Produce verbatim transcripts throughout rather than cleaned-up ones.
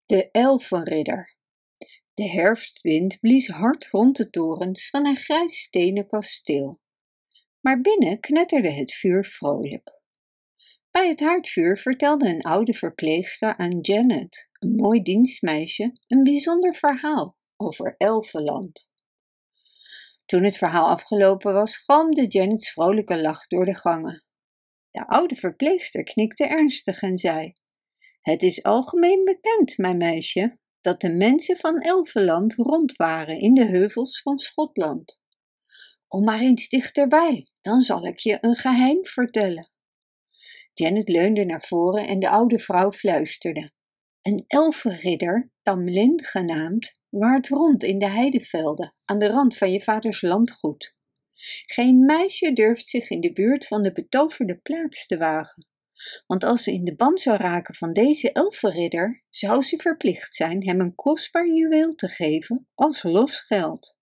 De elfenridder. De herfstwind blies hard rond de torens van een grijs stenen kasteel. Maar binnen knetterde het vuur vrolijk. Bij het haardvuur vertelde een oude verpleegster aan Janet, een mooi dienstmeisje, een bijzonder verhaal over Elfenland. Toen het verhaal afgelopen was, galmde Janet's vrolijke lach door de gangen. De oude verpleegster knikte ernstig en zei: "Het is algemeen bekend, mijn meisje, dat de mensen van Elfenland rond waren in de heuvels van Schotland. Kom maar eens dichterbij, dan zal ik je een geheim vertellen." Janet leunde naar voren en de oude vrouw fluisterde: "Een elfenridder, Tamlin genaamd, waart rond in de heidevelden aan de rand van je vaders landgoed. Geen meisje durft zich in de buurt van de betoverde plaats te wagen, want als ze in de ban zou raken van deze elfenridder, zou ze verplicht zijn hem een kostbaar juweel te geven als los geld.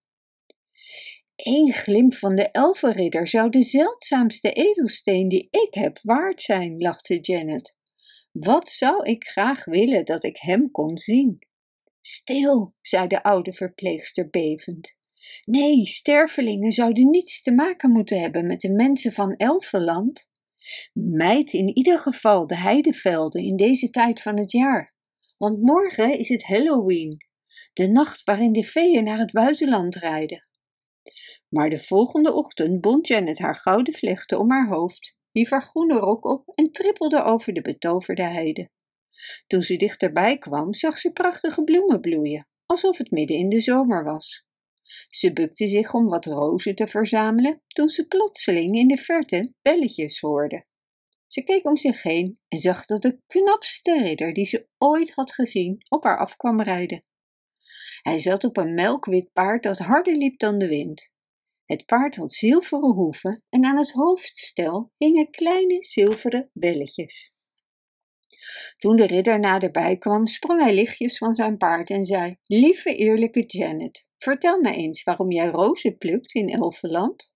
Eén glimp van de elfenridder zou de zeldzaamste edelsteen die ik heb waard zijn," lachte Janet. "Wat zou ik graag willen dat ik hem kon zien." "Stil," zei de oude verpleegster bevend. "Nee, stervelingen zouden niets te maken moeten hebben met de mensen van Elfenland. Mijd in ieder geval de heidevelden in deze tijd van het jaar, want morgen is het Halloween, de nacht waarin de feeën naar het buitenland rijden." Maar de volgende ochtend bond Janet haar gouden vlechten om haar hoofd, hief haar groene rok op en trippelde over de betoverde heide. Toen ze dichterbij kwam, zag ze prachtige bloemen bloeien, alsof het midden in de zomer was. Ze bukte zich om wat rozen te verzamelen, toen ze plotseling in de verte belletjes hoorde. Ze keek om zich heen en zag dat de knapste ridder die ze ooit had gezien op haar af kwam rijden. Hij zat op een melkwit paard dat harder liep dan de wind. Het paard had zilveren hoeven en aan het hoofdstel hingen kleine zilveren belletjes. Toen de ridder naderbij kwam, sprong hij lichtjes van zijn paard en zei: "Lieve eerlijke Janet, vertel mij eens waarom jij rozen plukt in Elfenland."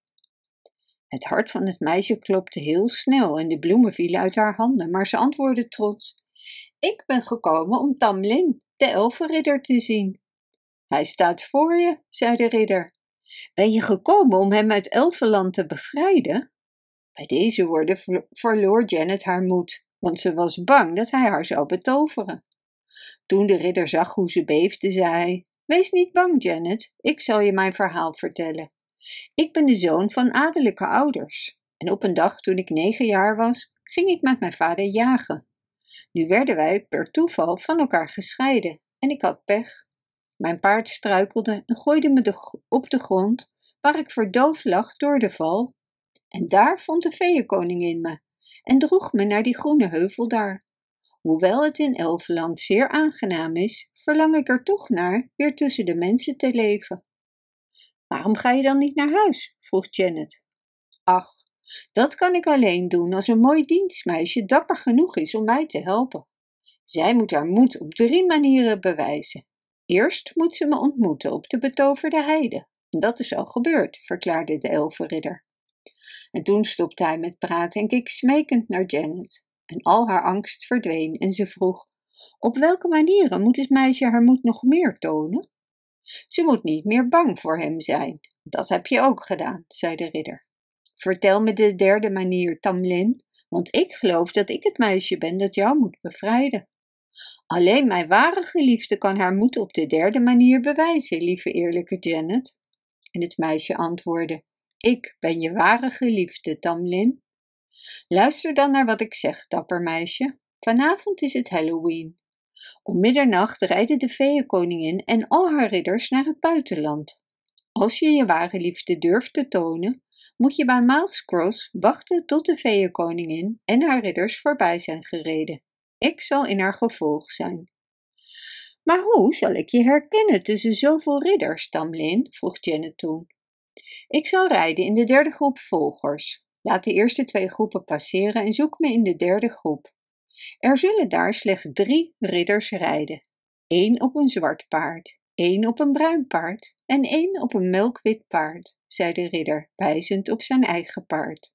Het hart van het meisje klopte heel snel en de bloemen vielen uit haar handen, maar ze antwoordde trots: "Ik ben gekomen om Tamlin, de elfenridder, te zien." "Hij staat voor je," zei de ridder. "Ben je gekomen om hem uit Elfenland te bevrijden?" Bij deze woorden verloor Janet haar moed, want ze was bang dat hij haar zou betoveren. Toen de ridder zag hoe ze beefde, zei hij: "Wees niet bang, Janet, ik zal je mijn verhaal vertellen. Ik ben de zoon van adellijke ouders, en op een dag toen ik negen jaar was, ging ik met mijn vader jagen. Nu werden wij per toeval van elkaar gescheiden en ik had pech. Mijn paard struikelde en gooide me de, op de grond, waar ik verdoofd lag door de val. En daar vond de feeënkoningin me en droeg me naar die groene heuvel daar. Hoewel het in Elfenland zeer aangenaam is, verlang ik er toch naar weer tussen de mensen te leven." "Waarom ga je dan niet naar huis?" vroeg Janet. "Ach, dat kan ik alleen doen als een mooi dienstmeisje dapper genoeg is om mij te helpen. Zij moet haar moed op drie manieren bewijzen. Eerst moet ze me ontmoeten op de betoverde heide. En dat is al gebeurd," verklaarde de elfenridder. En toen stopte hij met praten en keek smekend naar Janet. En al haar angst verdween en ze vroeg: "Op welke manieren moet het meisje haar moed nog meer tonen?" "Ze moet niet meer bang voor hem zijn. Dat heb je ook gedaan," zei de ridder. "Vertel me de derde manier, Tamlin, want ik geloof dat ik het meisje ben dat jou moet bevrijden." "Alleen mijn ware geliefde kan haar moed op de derde manier bewijzen, lieve eerlijke Janet." En het meisje antwoordde: "Ik ben je ware geliefde, Tamlin. Luister dan naar wat ik zeg, dapper meisje. Vanavond is het Halloween. Om middernacht rijden de feeënkoningin en al haar ridders naar het buitenland. Als je je ware liefde durft te tonen, moet je bij Miles Cross wachten tot de feeënkoningin en haar ridders voorbij zijn gereden. Ik zal in haar gevolg zijn." "Maar hoe zal ik je herkennen tussen zoveel ridders, Tamlin?" vroeg Janet toen. "Ik zal rijden in de derde groep volgers. Laat de eerste twee groepen passeren en zoek me in de derde groep. Er zullen daar slechts drie ridders rijden. Eén op een zwart paard, één op een bruin paard en één op een melkwit paard," zei de ridder, wijzend op zijn eigen paard.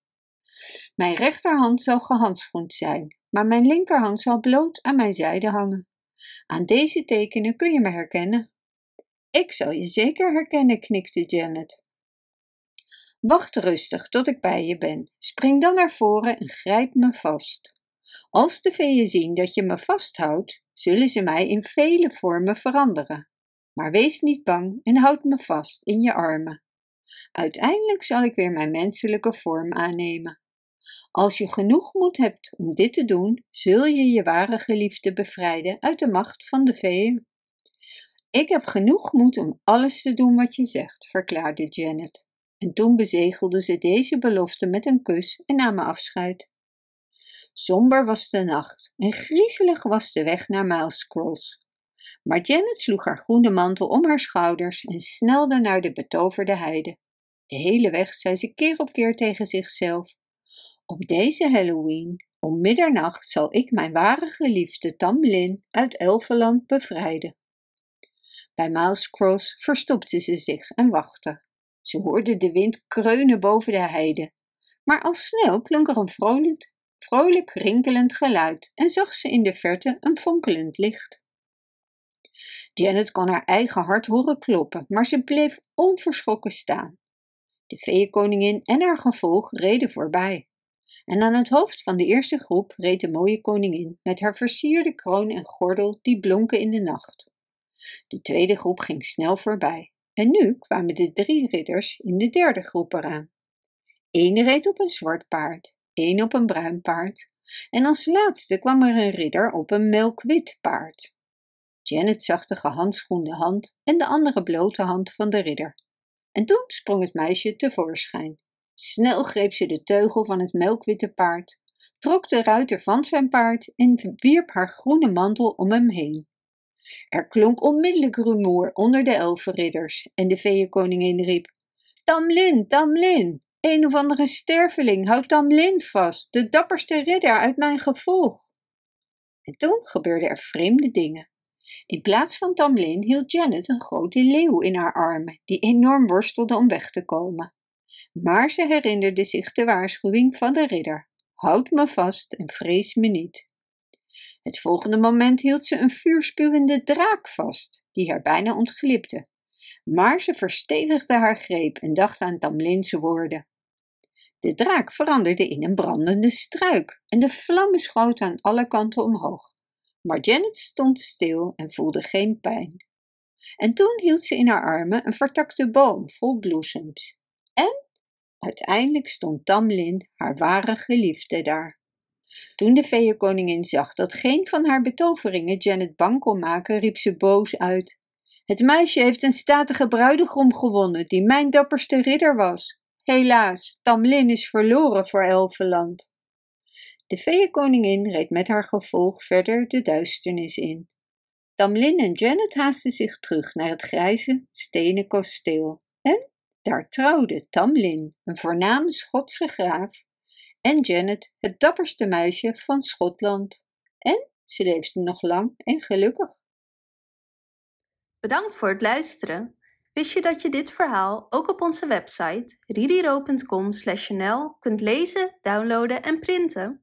"Mijn rechterhand zal gehandschoend zijn, maar mijn linkerhand zal bloot aan mijn zijde hangen. Aan deze tekenen kun je me herkennen. Ik zal je zeker herkennen, knikte Janet. Wacht rustig tot ik bij je ben. Spring dan naar voren en grijp me vast. Als de veeën zien dat je me vasthoudt, zullen ze mij in vele vormen veranderen. Maar wees niet bang en houd me vast in je armen. Uiteindelijk zal ik weer mijn menselijke vorm aannemen. Als je genoeg moed hebt om dit te doen, zul je je ware geliefde bevrijden uit de macht van de veeën. Ik heb genoeg moed om alles te doen wat je zegt, verklaarde Janet. En toen bezegelde ze deze belofte met een kus en namen afscheid. Somber was de nacht en griezelig was de weg naar Milescross. Maar Janet sloeg haar groene mantel om haar schouders en snelde naar de betoverde heide. De hele weg zei ze keer op keer tegen zichzelf: op deze Halloween, om middernacht, zal ik mijn ware geliefde Tamlin uit Elfenland bevrijden. Bij Milescross verstopte ze zich en wachtte. Ze hoorde de wind kreunen boven de heide, maar al snel klonk er een vrolijk, vrolijk rinkelend geluid en zag ze in de verte een fonkelend licht. Janet kon haar eigen hart horen kloppen, maar ze bleef onverschrokken staan. De feeënkoningin en haar gevolg reden voorbij. En aan het hoofd van de eerste groep reed de mooie koningin met haar versierde kroon en gordel die blonken in de nacht. De tweede groep ging snel voorbij en nu kwamen de drie ridders in de derde groep eraan. Eén reed op een zwart paard, één op een bruin paard en als laatste kwam er een ridder op een melkwit paard. Janet zag de gehandschoende hand en de andere blote hand van de ridder. En toen sprong het meisje tevoorschijn. Snel greep ze de teugel van het melkwitte paard, trok de ruiter van zijn paard en wierp haar groene mantel om hem heen. Er klonk onmiddellijk rumoer onder de elfenridders en de feeënkoningin riep: Tamlin, Tamlin, een of andere sterveling houdt Tamlin vast, de dapperste ridder uit mijn gevolg. En toen gebeurden er vreemde dingen. In plaats van Tamlin hield Janet een grote leeuw in haar armen, die enorm worstelde om weg te komen. Maar ze herinnerde zich de waarschuwing van de ridder: houd me vast en vrees me niet. Het volgende moment hield ze een vuurspuwende draak vast, die haar bijna ontglipte. Maar ze verstevigde haar greep en dacht aan Tamlin's woorden. De draak veranderde in een brandende struik en de vlammen schoten aan alle kanten omhoog. Maar Janet stond stil en voelde geen pijn. En toen hield ze in haar armen een vertakte boom vol bloesems. En uiteindelijk stond Tamlin, haar ware geliefde, daar. Toen de feeënkoningin zag dat geen van haar betoveringen Janet bang kon maken, riep ze boos uit: het meisje heeft een statige bruidegom gewonnen, die mijn dapperste ridder was. Helaas, Tamlin is verloren voor Elfenland. De feeënkoningin reed met haar gevolg verder de duisternis in. Tamlin en Janet haastten zich terug naar het grijze stenen kasteel. En daar trouwden Tamlin, een voorname Schotse graaf, en Janet, het dapperste meisje van Schotland. En ze leefden nog lang en gelukkig. Bedankt voor het luisteren. Wist je dat je dit verhaal ook op onze website ridiro punt com slash n l kunt lezen, downloaden en printen?